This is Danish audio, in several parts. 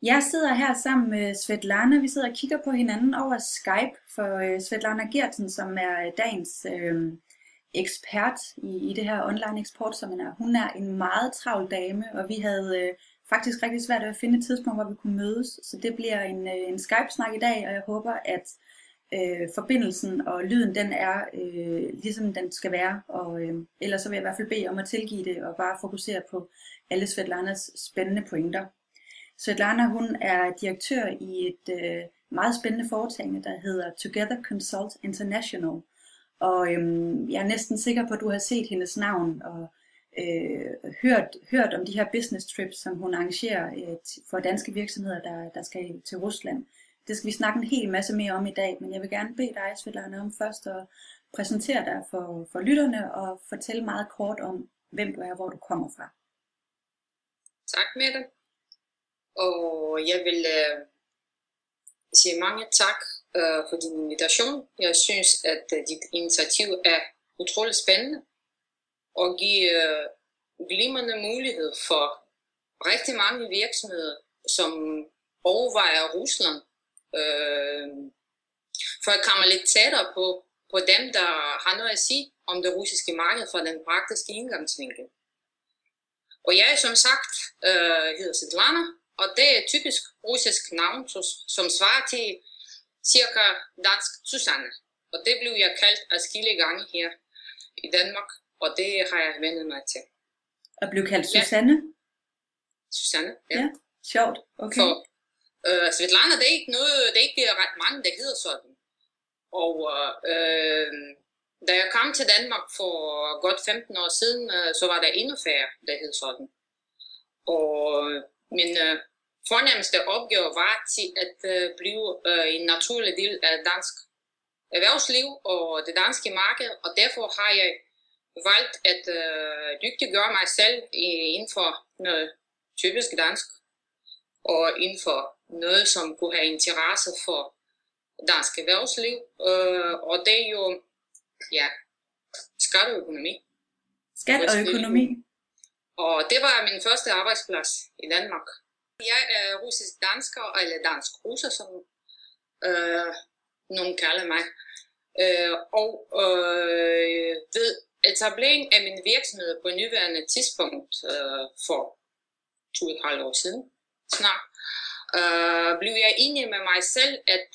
Jeg sidder her sammen med Svetlana. Vi sidder og kigger på hinanden over Skype, for Svetlana Gertsen, som er dagens ekspert i det her online eksportseminar. Hun er en meget travl dame, og vi havde faktisk rigtig svært ved at finde et tidspunkt, hvor vi kunne mødes. Så det bliver en Skype-snak i dag, og jeg håber, at forbindelsen og lyden den er ligesom den skal være. Og ellers så vil jeg i hvert fald bede om at tilgive det og bare fokusere på alle Svetlanas spændende pointer. Svetlana, hun er direktør i et meget spændende foretagende, der hedder Together Consult International. Og jeg er næsten sikker på, at du har set hendes navn og hørt om de her business trips, som hun arrangerer for danske virksomheder, der skal til Rusland. Det skal vi snakke en hel masse mere om i dag, men jeg vil gerne bede dig, Svetlana, om først at præsentere dig for lytterne og fortælle meget kort om, hvem du er og hvor du kommer fra. Tak, Mette. Og jeg vil sige mange tak for din invitation. Jeg synes, at dit initiativ er utroligt spændende og giver glimrende mulighed for rigtig mange virksomheder, som overvejer Rusland, for at komme lidt tættere på dem, der har noget at sige om det russiske marked fra den praktiske indgangsvinkel. Og jeg som sagt hedder Svetlana, og det er et typisk russisk navn, som svarer til cirka dansk Susanne. Og det blev jeg kaldt adskillige gange her i Danmark, og det har jeg vendt mig til. Og blev kaldt Susanne? Susanne, ja. Ja, sjovt. Okay. For Svetlana, det er ikke ret mange, der hedder sådan. Og da jeg kom til Danmark for godt 15 år siden, så var der endnu færre, der hed sådan. Og min fornemmeste opgave var til at blive en naturlig del af dansk erhvervsliv og det danske marked, og derfor har jeg valgt at dygtiggøre mig selv inden for noget typisk dansk, og inden for noget, som kunne have interesse for dansk erhvervsliv, og det er jo, skat og økonomi. Skat og økonomi. Og det var min første arbejdsplads i Danmark. Jeg er russisk dansker, eller dansk russer, som nogen kalder mig. Og ved etablering af min virksomhed på en nuværende tidspunkt for 2,5 år siden snart, blev jeg enig med mig selv,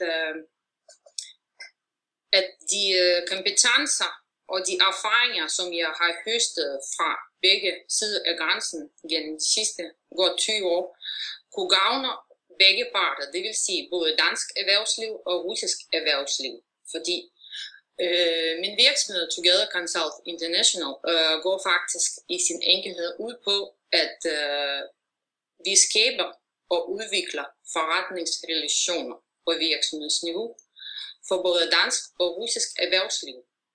at de kompetencer og de erfaringer, som jeg har høstet fra begge sider af grænsen gennem de sidste godt 20 år, kunne gavne begge parter, det vil sige både dansk erhvervsliv og russisk erhvervsliv. Fordi min virksomhed Together Consult International går faktisk i sin enkelhed ud på, at vi skaber og udvikler forretningsrelationer på virksomhedsniveau for både dansk og russisk erhvervsliv.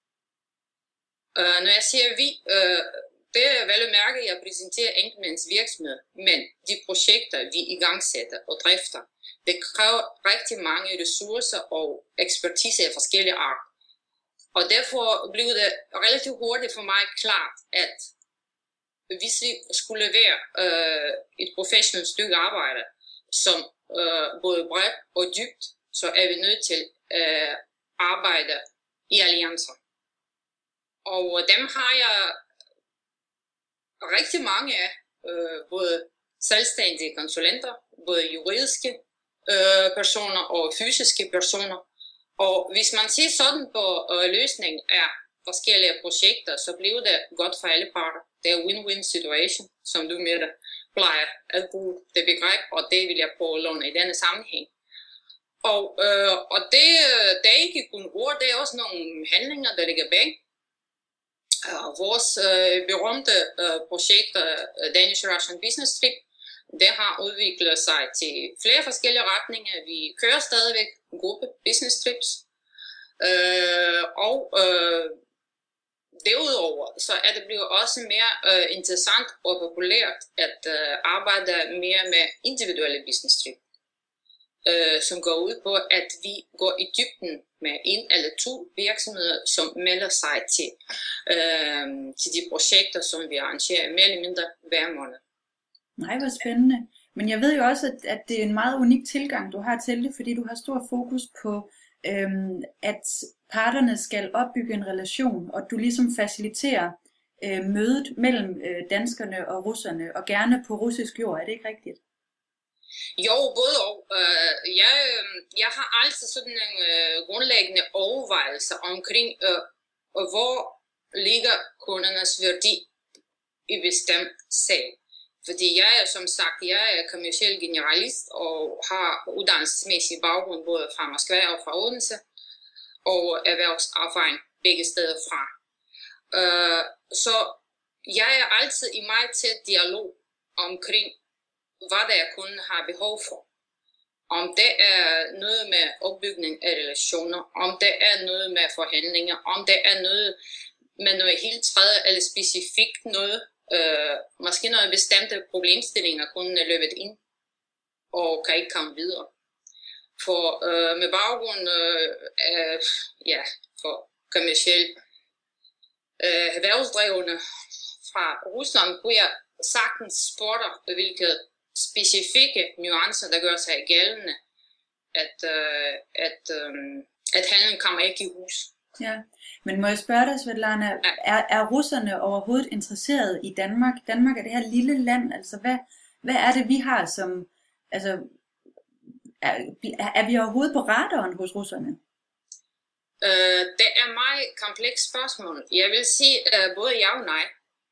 Når jeg siger vi, det er vel at mærke, at jeg præsenterer enkeltmænds virksomhed, men de projekter, vi igangsætter og drifter, det kræver rigtig mange ressourcer og ekspertise af forskellige art. Og derfor blev det relativt hurtigt for mig klart, at hvis vi skulle levere et professionelt stykke arbejde, som både bredt og dybt, så er vi nødt til at arbejde i alliancer. Og dem har jeg rigtig mange af, både selvstændige konsulenter, både juridiske personer og fysiske personer. Og hvis man ser sådan på løsningen af forskellige projekter, så bliver det godt for alle parter. Det er win-win situation, som du med plejer at bruge det begreb, og det vil jeg prøve at låne i denne sammenhæng. Og det er ikke kun ord, det er også nogle handlinger, der ligger bag. Vores berømte projekt, Danish Russian Business Trip, det har udviklet sig til flere forskellige retninger. Vi kører stadigvæk en gruppe business trips. Derudover så er det blevet også mere interessant og populært at arbejde mere med individuelle business trips, som går ud på, at vi går i dybden med en eller to virksomheder, som melder sig til de projekter, som vi arrangerer mere eller mindre hver måned. Nej, hvor spændende. Men jeg ved jo også, at det er en meget unik tilgang, du har til det, fordi du har stor fokus på, at parterne skal opbygge en relation, og du ligesom faciliterer mødet mellem danskerne og russerne, og gerne på russisk jord. Er det ikke rigtigt? Jo, både og. Jeg har altid sådan en grundlæggende overvejelse omkring, hvor ligger kundernes værdi i bestemt sag. Fordi jeg er som sagt, jeg er kommerciel generalist og har uddannelsesmæssig baggrund både fra Moskva og fra Odense, og erhvervserfaring begge steder fra. Så jeg er altid i meget tæt dialog omkring, hvad der kunden har behov for. Om det er noget med opbygning af relationer, om det er noget med forhandlinger, om det er noget med noget helt tredje eller specifikt noget, måske nogle bestemte problemstillinger kunden er løbet ind og kan ikke komme videre. For med baggrund for kommercielt erhvervsdrivende fra Rusland kunne jeg sagtens spørge dig, hvilke specifikke nuancer, der gør sig gældende, at handlen kommer ikke i hus. Ja, men må jeg spørge dig, Svetlana, er russerne overhovedet interesseret i Danmark? Danmark er det her lille land, altså hvad er det, vi har som, altså, er vi overhovedet på radaren hos russerne? Det er et meget komplekst spørgsmål. Jeg vil sige både ja og nej.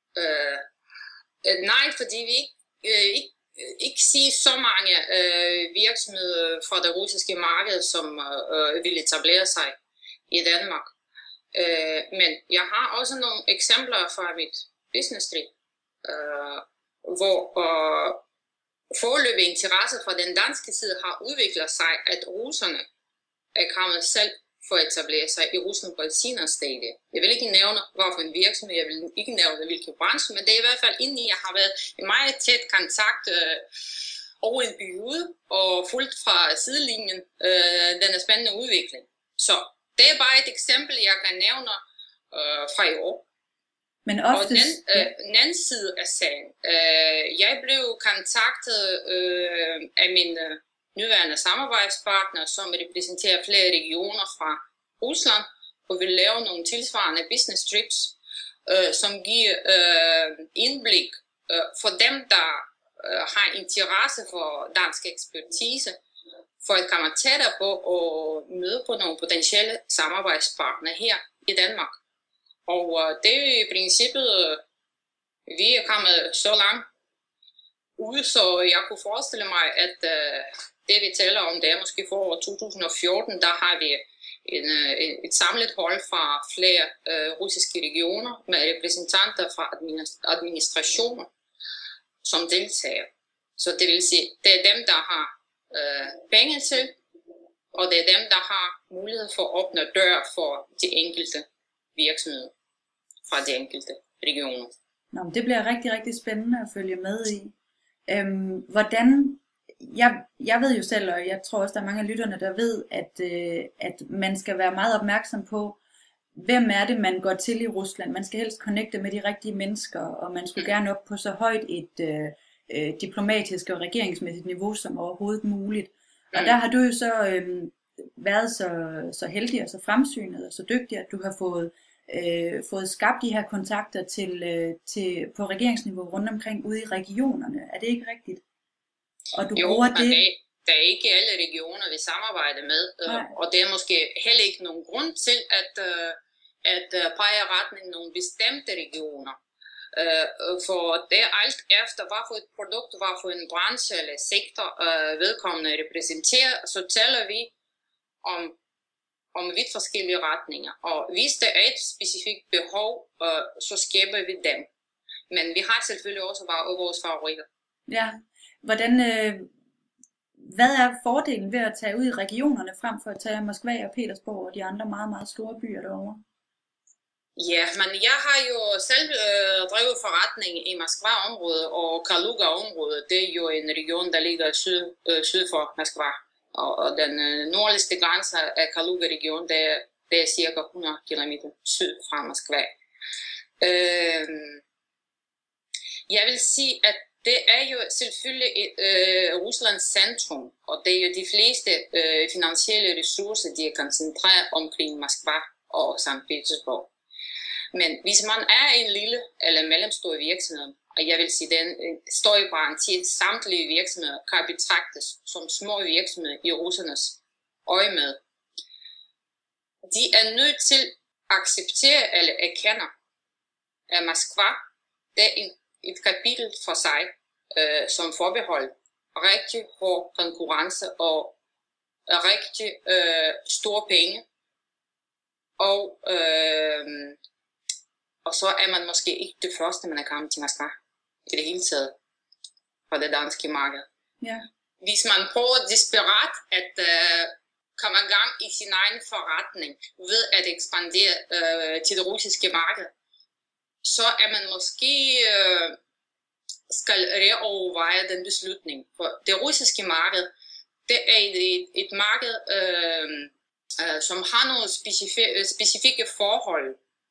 Nej, fordi vi ikke sige så mange virksomheder fra det russiske marked, som vil etablere sig i Danmark. Men jeg har også nogle eksempler fra mit business trip, hvor foreløbig interesse fra den danske side har udviklet sig, at russerne er kommet selv for at etablere sig i Rusland på et senere stadie. Jeg vil ikke nævne, hvorfor en virksomhed, jeg vil ikke nævne, hvilken branche, men det er i hvert fald inden jeg har været i meget tæt kontakt over en periode og fulgt fra sidelinjen den spændende udvikling. Så det er bare et eksempel, jeg kan nævne fra i år. Men oftest... Og den anden side af sagen, jeg blev kontaktet af min nuværende samarbejdspartner, som repræsenterer flere regioner fra Rusland, og vil lave nogle tilsvarende business trips, som giver indblik for dem, der har interesse for dansk ekspertise, for at komme tættere på og møde på nogle potentielle samarbejdspartnere her i Danmark. Og det er i princippet, vi er kommet så langt ude, så jeg kunne forestille mig, at det vi taler om, det er måske for år 2014, der har vi et samlet hold fra flere russiske regioner med repræsentanter fra administrationer som deltager. Så det vil sige, det er dem, der har penge til, og det er dem, der har mulighed for at åbne dør for de enkelte virksomheder fra de enkelte regioner. Nå, det bliver rigtig, rigtig spændende at følge med i. Hvordan... Jeg ved jo selv, og jeg tror også, der er mange af lytterne, der ved, at man skal være meget opmærksom på, hvem er det, man går til i Rusland. Man skal helst connecte med de rigtige mennesker, og man skulle gerne op på så højt et diplomatisk og regeringsmæssigt niveau som overhovedet muligt. Og der har du jo så været så heldig og så fremsynet og så dygtig, at du har fået skabt de her kontakter på regeringsniveau rundt omkring ude i regionerne. Er det ikke rigtigt? Og du bruger det? Der er ikke alle regioner, vi samarbejder med, og det er måske heller ikke nogen grund til at pege retning nogle bestemte regioner. For det er alt efter, hvad for et produkt, hvad for en branche eller sektor vedkommende repræsenterer, så taler vi om vidt forskellige retninger. Og hvis der er et specifikt behov, så skaber vi dem. Men vi har selvfølgelig også vores favoritter. Ja. Hvad er fordelen ved at tage ud i regionerne frem for at tage Moskva og Petersborg og de andre meget, meget store byer derovre? Ja, men jeg har jo selv drevet forretning i Moskva-området og Kaluga-området. Det er jo en region, der ligger syd for Moskva. Og den nordligste grænse af Kaluga-regionen, det er cirka 100 km syd fra Moskva. Jeg vil sige, at det er jo selvfølgelig Ruslands centrum, og det er jo de fleste finansielle ressourcer, de er koncentreret omkring Moskva og Sankt Petersborg. Men hvis man er en lille eller mellemstor virksomhed, og jeg vil sige, den står i parentes, samtlige virksomheder kan betragtes som små virksomheder i russernes øje med. De er nødt til at acceptere eller erkende, at Moskva det er et kapitel for sig, som forbehold rigtig hård konkurrence og rigtig store penge. Og så er man måske ikke det første, man er kommet til Moskva i det hele taget på det danske marked. Ja. Hvis man prøver desperat at komme i gang i sin egen forretning ved at ekspandere til det russiske marked, så er man måske skal reoverveje den beslutning. For det russiske marked, det er et marked, som har nogle specifikke forhold,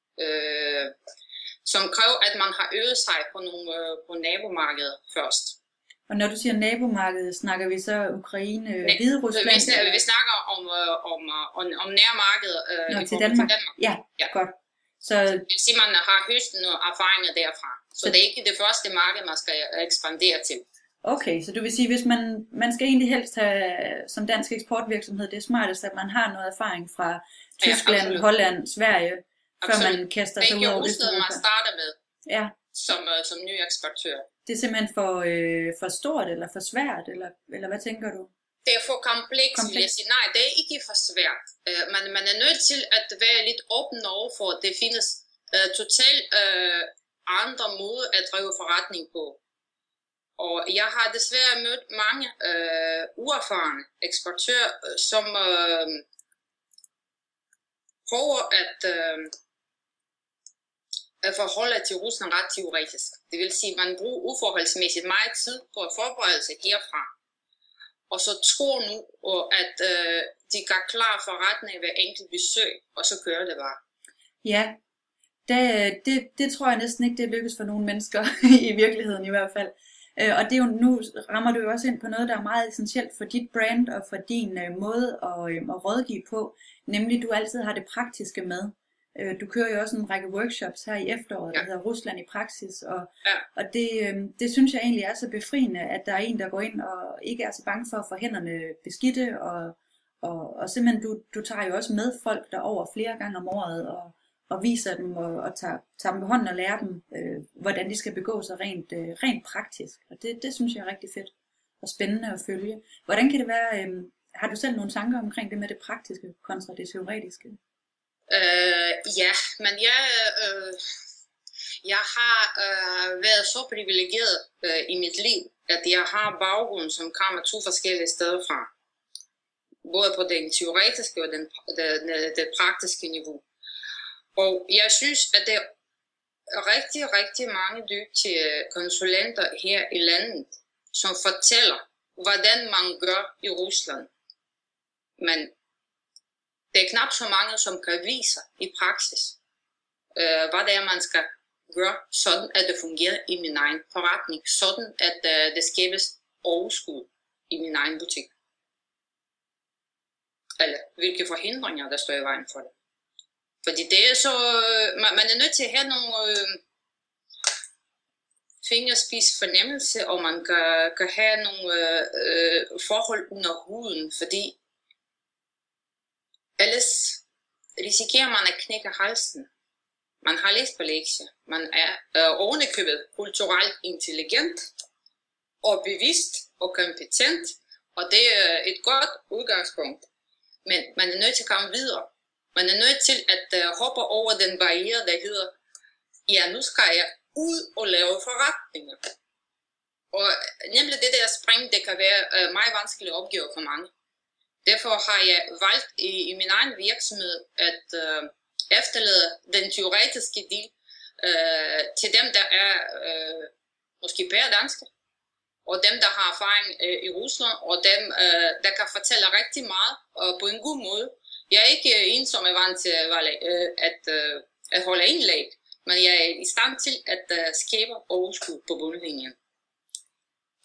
som kræver, at man har øvet sig på nabomarkedet først. Og når du siger nabomarkedet, snakker vi så Ukraine, Hviderusland? Vi snakker om nærmarkedet til Danmark. Ja, godt. Så det vil sige, at man har høstet nogle erfaringer derfra. Så det er ikke det første marked, man skal ekspandere til. Okay, så du vil sige, hvis man skal egentlig helst have som dansk eksportvirksomhed, det er smartest, at man har noget erfaring fra Tyskland, Holland, Sverige, før man kaster sig ud over Østeuropa. Det er jo man starter med som ny eksportør. Det er simpelthen for stort eller for svært, eller hvad tænker du? Det er for komplekst, vil jeg sige. Nej, det er ikke for svært. Man er nødt til at være lidt åben overfor, at det findes totalt andre måder at drive forretning på. Og jeg har desværre mødt mange uerfarne eksportører, som prøver at forholde til Rusland ret teoretisk. Det vil sige, at man bruger uforholdsmæssigt meget tid på at forberede sig herfra. Og så tror nu, at de gør klar forretning ved enkelt besøg, og så kører det bare. Ja, det tror jeg næsten ikke, det lykkes for nogle mennesker, i virkeligheden i hvert fald. Og det er jo, nu rammer du jo også ind på noget, der er meget essentielt for dit brand og for din måde at rådgive på, nemlig du altid har det praktiske med. Du kører jo også en række workshops her i efteråret, der hedder Rusland i praksis, og det synes jeg egentlig er så befriende, at der er en, der går ind og ikke er så bange for at få hænderne beskidte, og simpelthen du tager jo også med folk derover flere gange om året, og viser dem og tager dem på hånden og lærer dem, hvordan de skal begå sig rent praktisk, og det synes jeg er rigtig fedt og spændende at følge. Hvordan kan det være, har du selv nogle tanker omkring det med det praktiske kontra det teoretiske? Ja, men jeg har været så privilegeret i mit liv, at jeg har baggrund, som kommer 2 forskellige steder fra. Både på den teoretiske og det praktiske niveau. Og jeg synes, at der er rigtig, rigtig mange dygtige konsulenter her i landet, som fortæller, hvordan man gør i Rusland. Men det er knap så mange, som kan vise i praksis, hvad det er, man skal gøre, sådan at det fungerer i min egen forretning, sådan at det skabes overskud i min egen butik. Eller hvilke forhindringer, der står i vejen for det. Fordi det er så, man er nødt til at have nogle fingerspids fornemmelse, og man kan have nogle forhold under huden, fordi ellers risikerer man at knække halsen. Man har læst på lektier. Man er ovenikøbet kulturelt intelligent og bevidst og kompetent, og det er et godt udgangspunkt. Men man er nødt til at komme videre. Man er nødt til at hoppe over den barriere, der hedder, ja, nu skal jeg ud og lave forretninger. Og nemlig det der spring, det kan være meget vanskelige opgaver for mange. Derfor har jeg valgt i min egen virksomhed at efterlade den teoretiske del til dem, der er måske bedre danske, og dem, der har erfaring i Rusland, og dem, der kan fortælle rigtig meget på en god måde. Jeg er ikke en, som er vant til at holde indlæg, men jeg er i stand til at skabe overskud på bundlinjen.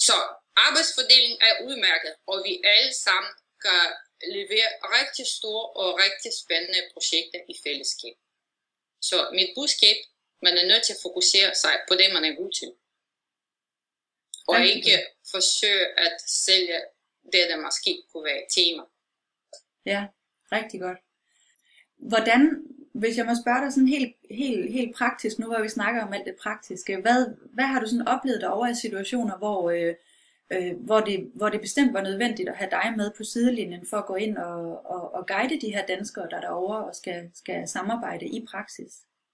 Så arbejdsfordeling er udmærket, og vi alle sammen kan levere rigtig store og rigtig spændende projekter i fællesskab. Så mit budskab, man er nødt til at fokusere sig på det, man er god til. Og ikke forsøge at sælge det, der måske kunne være et tema. Ja, rigtig godt. Hvordan, hvis jeg må spørge dig sådan helt praktisk, nu hvor vi snakker om alt det praktiske, hvad har du sådan oplevet derovre i situationer, hvor det bestemt var nødvendigt at have dig med på sidelinjen for at gå ind og guide de her danskere, der er derovre og skal samarbejde i praksis?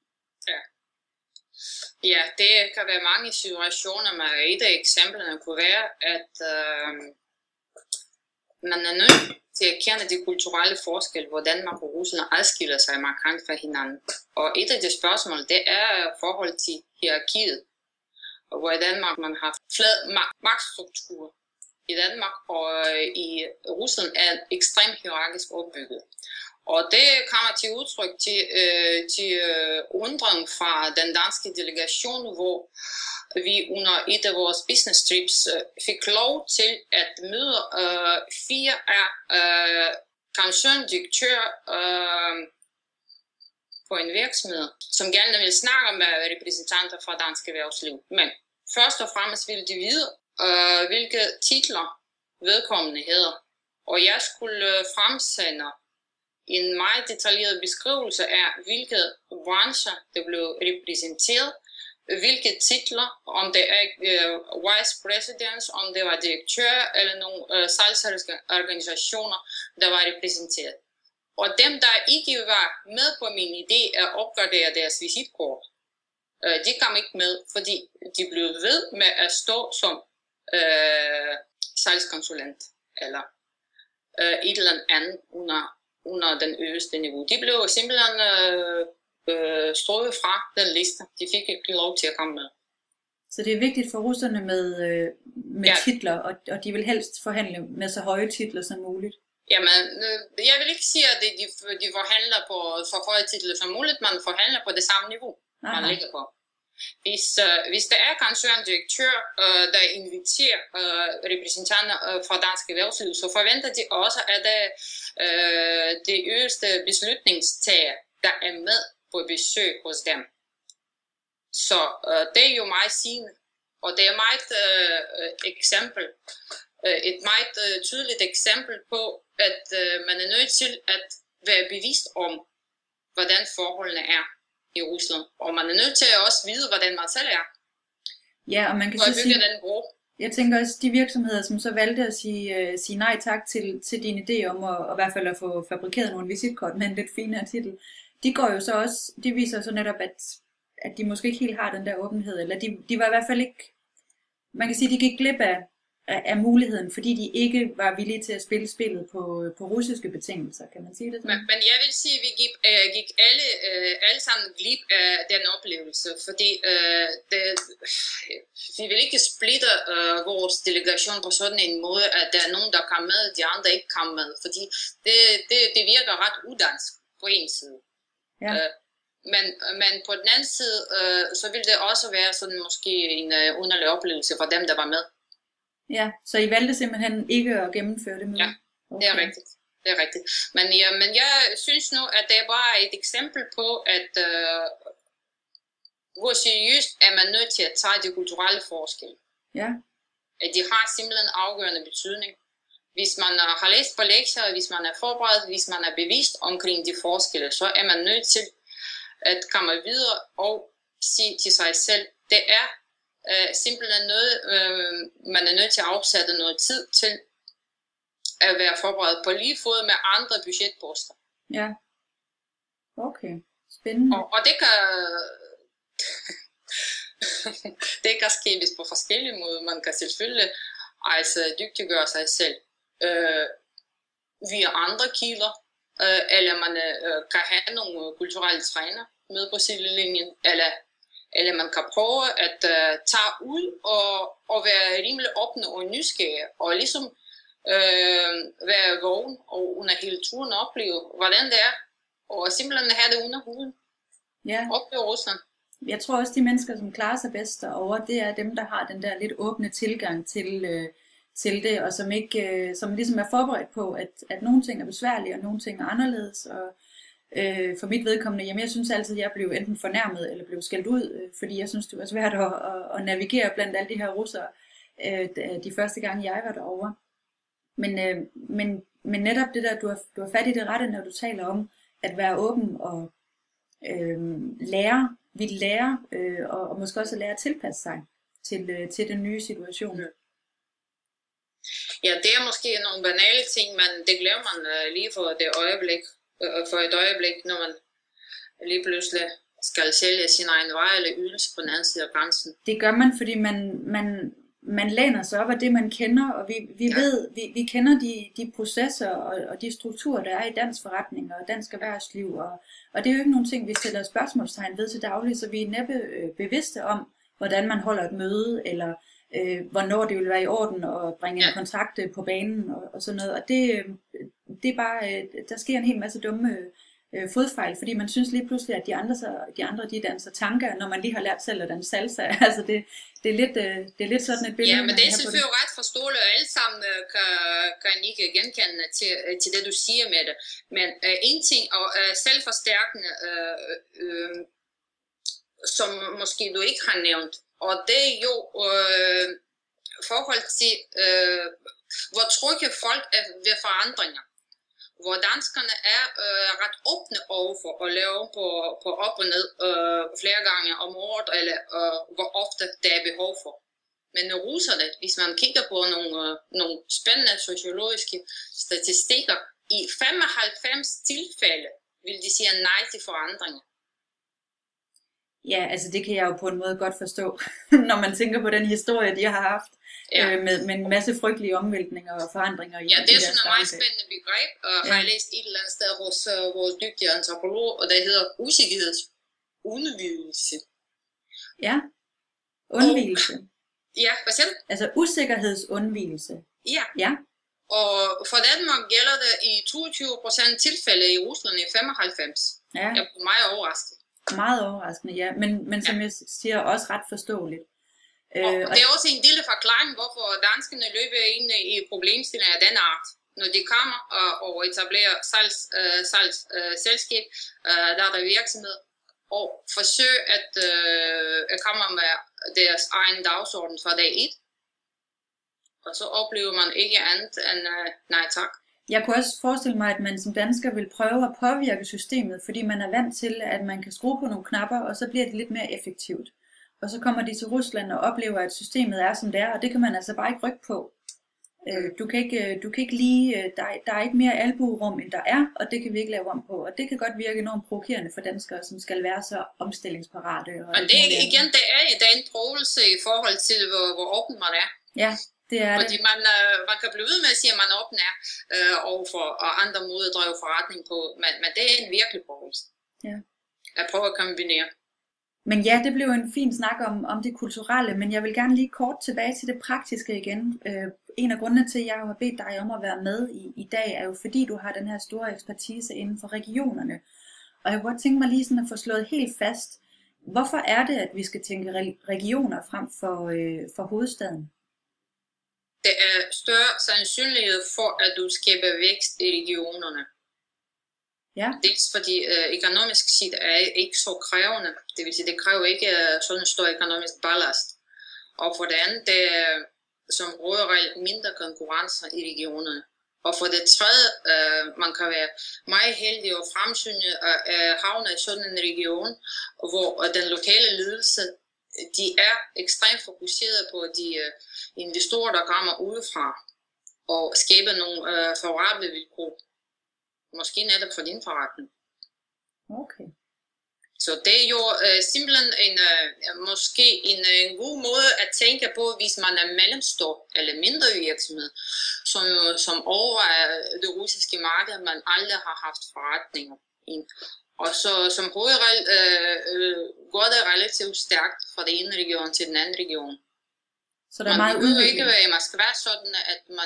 Ja, det kan være mange situationer, men et af eksemplerne kunne være, at man er nødt til at kende de kulturelle forskelle, hvor Danmark og Rusland adskiller sig markant fra hinanden. Og et af de spørgsmål, det er forhold til hierarkiet, hvor i Danmark man har flad magtstruktur i Danmark, og i Rusland er ekstremt hierarkisk opbygget. Og det kommer til udtryk til undring fra den danske delegation, hvor vi under et af vores business trips fik lov til at møde 4 af koncerndirektører på en virksomhed, som gerne vil snakke med repræsentanter fra dansk erhvervsliv. Men først og fremmest ville de vide, hvilke titler vedkommende hedder. Og jeg skulle fremsende en meget detaljeret beskrivelse af, hvilke brancher der blev repræsenteret, hvilke titler, om det er vice presidents, om det var direktør eller nogle salgsorganisationer, der var repræsenteret. Og dem, der ikke var med på min idé at opgradere deres visitkort, de kom ikke med, fordi de blev ved med at stå som salgskonsulent eller et eller andet under den øverste niveau. De blev simpelthen strøget fra den liste. De fik ikke lov til at komme med. Så det er vigtigt for russerne med titler, og de vil helst forhandle med så høje titler som muligt? Jamen, jeg vil ikke sige, at de forhandler på så høje titler som muligt. Man forhandler på det samme niveau, man ligger på. Hvis der er koncerndirektør, der inviterer repræsentanter fra dansk erhvervsliv, så forventer de også, at det øverste beslutningstager, der er med på besøg hos dem. Så det er jo meget sigende, og det er et meget tydeligt eksempel på, at man er nødt til at være bevidst om, hvordan forholdene er i Rusland. Og man er nødt til at også vide, hvordan man selv er. Ja, og man kan så sige, jeg tænker også, de virksomheder, som så valgte at sige nej tak til din idé om at i hvert fald at få fabrikeret nogle visitkort med en lidt finere titel, de går jo så også, de viser så netop, at de måske ikke helt har den der åbenhed, eller de var i hvert fald ikke, man kan sige, de gik glip af muligheden, fordi de ikke var villige til at spille spillet på russiske betingelser, kan man sige det sådan? Men jeg vil sige, at vi gik alle sammen glip af den oplevelse, fordi vi vil ikke splitte vores delegation på sådan en måde, at der er nogen, der kom med, de andre ikke kom med, fordi det virker ret udansk på en side. Ja. Men på den anden side, så vil det også være sådan måske en underlig oplevelse for dem, der var med. Ja, så I valgte simpelthen ikke at gennemføre det med? Ja, det er rigtigt. Det er rigtigt. Men jeg synes nu, at det er bare et eksempel på, at hvor seriøst er man nødt til at tage de kulturelle forskelle. Ja. At de har simpelthen afgørende betydning. Hvis man har læst på lektier, hvis man er forberedt, hvis man er bevidst omkring de forskelle, så er man nødt til at komme videre og sige til sig selv, det er simpelthen noget, man er nødt til at afsætte noget tid til at være forberedt på lige fod med andre budgetposter. Ja, okay, spændende. Og det kan ske på forskellige måder. Man kan selvfølgelig dygtiggøre sig selv via andre kilder, eller man kan have nogle kulturelle træner med på sidelinjen, eller man kan prøve at tage ud og være rimelig åbne og nysgerrig, og ligesom være vågen og under hele turen opleve, hvordan det er, og simpelthen have det under huden. Ja. Opleve Rusland. jeg tror også, de mennesker, som klarer sig bedst derovre, det er dem, der har den der lidt åbne tilgang til det, og som ikke, som ligesom er forberedt på, at nogle ting er besværlige, og nogle ting er anderledes. Og for mit vedkommende, jamen jeg synes altid, at jeg blev enten fornærmet eller blev skældt ud, fordi jeg synes, det var svært at navigere blandt alle de her russere, de første gange jeg var derovre. Men netop det der, du har fat i det rette, når du taler om at være åben og lære, og måske også lære at tilpasse sig til den nye situation. Ja, det er måske nogle banale ting, men det glemmer man lige for et øjeblik, når man lige pludselig skal sælge sin egen vare eller ydelse på den anden side af grænsen. Det gør man, fordi man læner sig op af det, man kender, og vi kender de processer og de strukturer, der er i dansk forretning og dansk erhvervsliv, og det er jo ikke nogle ting, vi stiller spørgsmålstegn ved til daglig, så vi er næppe bevidste om, hvordan man holder et møde, eller hvornår det vil være i orden at bringe en kontrakt på banen og sådan noget. Og det er bare, der sker en hel masse dumme fodfejl, fordi man synes lige pludselig, at de andre de danser tanker, når man lige har lært selv at danse salsa. Altså det er lidt sådan et billede. Ja, men det er selvfølgelig ret forståeligt, og alle sammen kan ikke genkende til det, du siger med det. Men en ting, og selvforstærkende, som måske du ikke har nævnt, og det er jo forhold til, hvor trygge folk er ved forandringer. Hvor danskerne er ret åbne overfor at lave på op og ned flere gange om året, eller hvor ofte det er behov for. Men russerne, hvis man kigger på nogle spændende sociologiske statistikker, i 95 tilfælde vil de sige nej til forandringer. Ja, altså det kan jeg jo på en måde godt forstå, når man tænker på den historie, de har haft. Ja. Med en masse frygtelige omvæltninger og forandringer. Ja, det er sådan et meget spændende begreb, og har jeg læst et eller andet sted hos vores dygtige antropolog, og det hedder usikkerhedsundvigelse. Ja, undvigelse. Ja, hvad siger du? Altså usikkerhedsundvigelse. Ja. Og for Danmark gælder det i 22% tilfælde, i Rusland i 95. Ja. Jeg er meget overrasket. Meget overraskende, ja. Men som jeg siger, også ret forståeligt. Og det er også en lille forklaring, hvorfor danskerne løber ind i problemstillinger af den art. Når de kommer og etablerer salgsselskab, der er der virksomhed, og forsøger at komme med deres egen dagsorden fra dag 1. Og så oplever man ikke andet end nej tak. Jeg kunne også forestille mig, at man som dansker vil prøve at påvirke systemet, fordi man er vant til, at man kan skrue på nogle knapper, og så bliver det lidt mere effektivt. Og så kommer de til Rusland og oplever, at systemet er, som det er, og det kan man altså bare ikke rykke på. Du kan ikke lige, der er ikke mere albuerum, end der er, og det kan vi ikke lave om på. Og det kan godt virke enormt provokerende for danskere, som skal være så omstillingsparate. Og det er en prøvelse i forhold til, hvor åben man er. Ja, det er fordi det. Man kan blive ved med at sige, at man åben er overfor andre måder at drive forretning på, men det er en virkelig prøvelse. Ja. At prøve at kombinere. Men ja, det blev en fin snak om det kulturelle, men jeg vil gerne lige kort tilbage til det praktiske igen. En af grundene til, at jeg har bedt dig om at være med i dag, er jo fordi du har den her store ekspertise inden for regionerne. Og jeg kunne godt tænke mig lige sådan at få slået helt fast, hvorfor er det, at vi skal tænke regioner frem for hovedstaden? Det er større sandsynlighed for, at du skaber vækst i regionerne. Ja. Dels fordi økonomisk set er ikke så krævende. Det vil sige, det kræver ikke sådan en stor økonomisk ballast. Og for det andet, det er som rådregel mindre konkurrencer i regionerne. Og for det tredje, man kan være meget heldig og fremsynet at havne i sådan en region, hvor den lokale ledelse, de er ekstremt fokuseret på de investorer, der kommer udefra, og skaber nogle favorable vilkår. Måske netop for din forretning. Okay. Så det er jo simpelthen måske en god måde at tænke på, hvis man er mellemstor eller mindre virksomhed, som overvejer det russiske marked, man aldrig har haft forretninger i. Og så som hovedregel går det relativt stærkt fra den ene region til den anden region. Så der er meget udvikling. Man ikke være i Moskva sådan, at man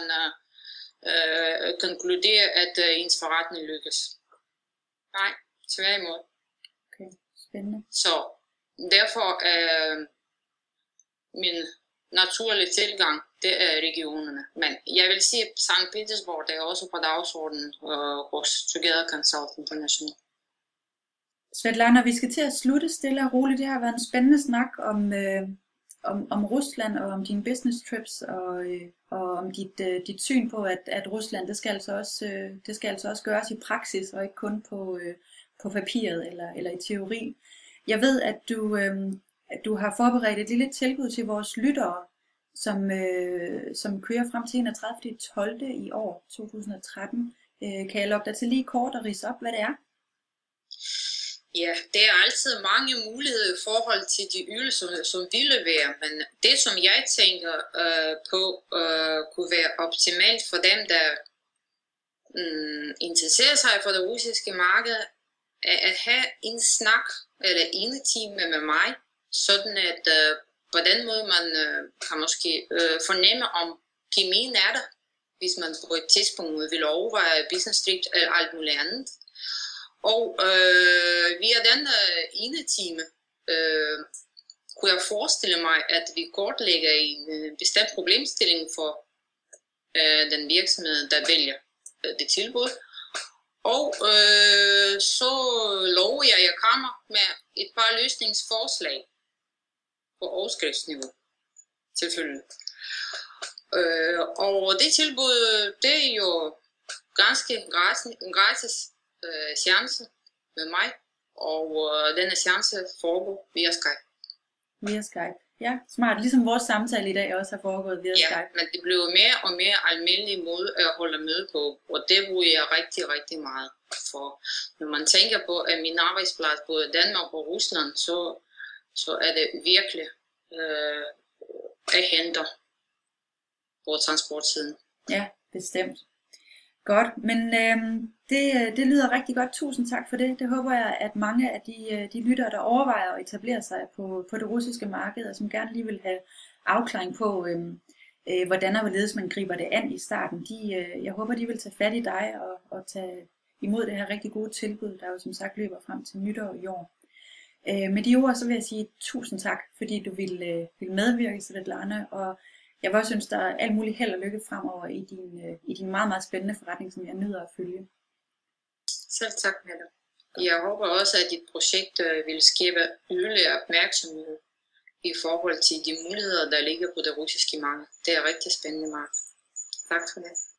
konkludere, at ens forretning lykkes. Nej, tværtimod. Okay, spændende. Så derfor er min naturlige tilgang, det er regionerne. Men jeg vil sige, at Sankt Petersborg, det er også på dagsordenen hos Together Consult International. Svetlana, vi skal til at slutte stille og roligt. Det har været en spændende snak om Rusland og om dine business trips og om dit syn på, at Rusland, det skal altså også gøres i praksis og ikke kun på papiret eller i teori. Jeg ved, at du har forberedt et lille tilbud til vores lyttere, som kører frem til 31.12. i år 2013. Kan jeg logge dig til lige kort og ridse op, hvad det er? Ja, det er altid mange muligheder i forhold til de ydelser, som vi leverer, men det, som jeg tænker på, kunne være optimalt for dem, der interesserer sig for det russiske marked, er at have en snak eller en time med mig, sådan at på den måde man kan måske fornemme, om kemien er der, hvis man på et tidspunkt vil overveje business trip eller alt muligt andet. Og via den ene time kunne jeg forestille mig, at vi kortlægger en bestemt problemstilling for den virksomhed, der vælger det tilbud. Og så lover jeg, at jeg kommer med et par løsningsforslag på overskriftsniveau, selvfølgelig. Og det tilbud, det er jo ganske gratis chance med mig, og denne chance foregår via Skype. Via Skype, ja, smart. Ligesom vores samtale i dag også har foregået via Skype. Ja, men det bliver mere og mere almindelig måde at holde møde på, og det bruger jeg rigtig, rigtig meget for. Når man tænker på, at min arbejdsplads både i Danmark og Rusland, så er det virkelig at hente på transportsiden. Ja, bestemt. Godt, men det lyder rigtig godt. Tusind tak for det. Det håber jeg, at mange af de lyttere, der overvejer at etablere sig på det russiske marked, og som gerne lige vil have afklaring på, hvordan og hvorledes man griber det an i starten, jeg håber, de vil tage fat i dig og tage imod det her rigtig gode tilbud, der jo som sagt løber frem til nytår i år. Med de ord, så vil jeg sige tusind tak, fordi du vil medvirke, Svetlana, og jeg vil også synes, der er alt muligt held og lykke fremover i din meget, meget spændende forretning, som jeg nyder at følge. Selv tak, Mette. Jeg håber også, at dit projekt vil skabe yderligere opmærksomhed i forhold til de muligheder, der ligger på det russiske marked. Det er rigtig spændende marked. Tak for det.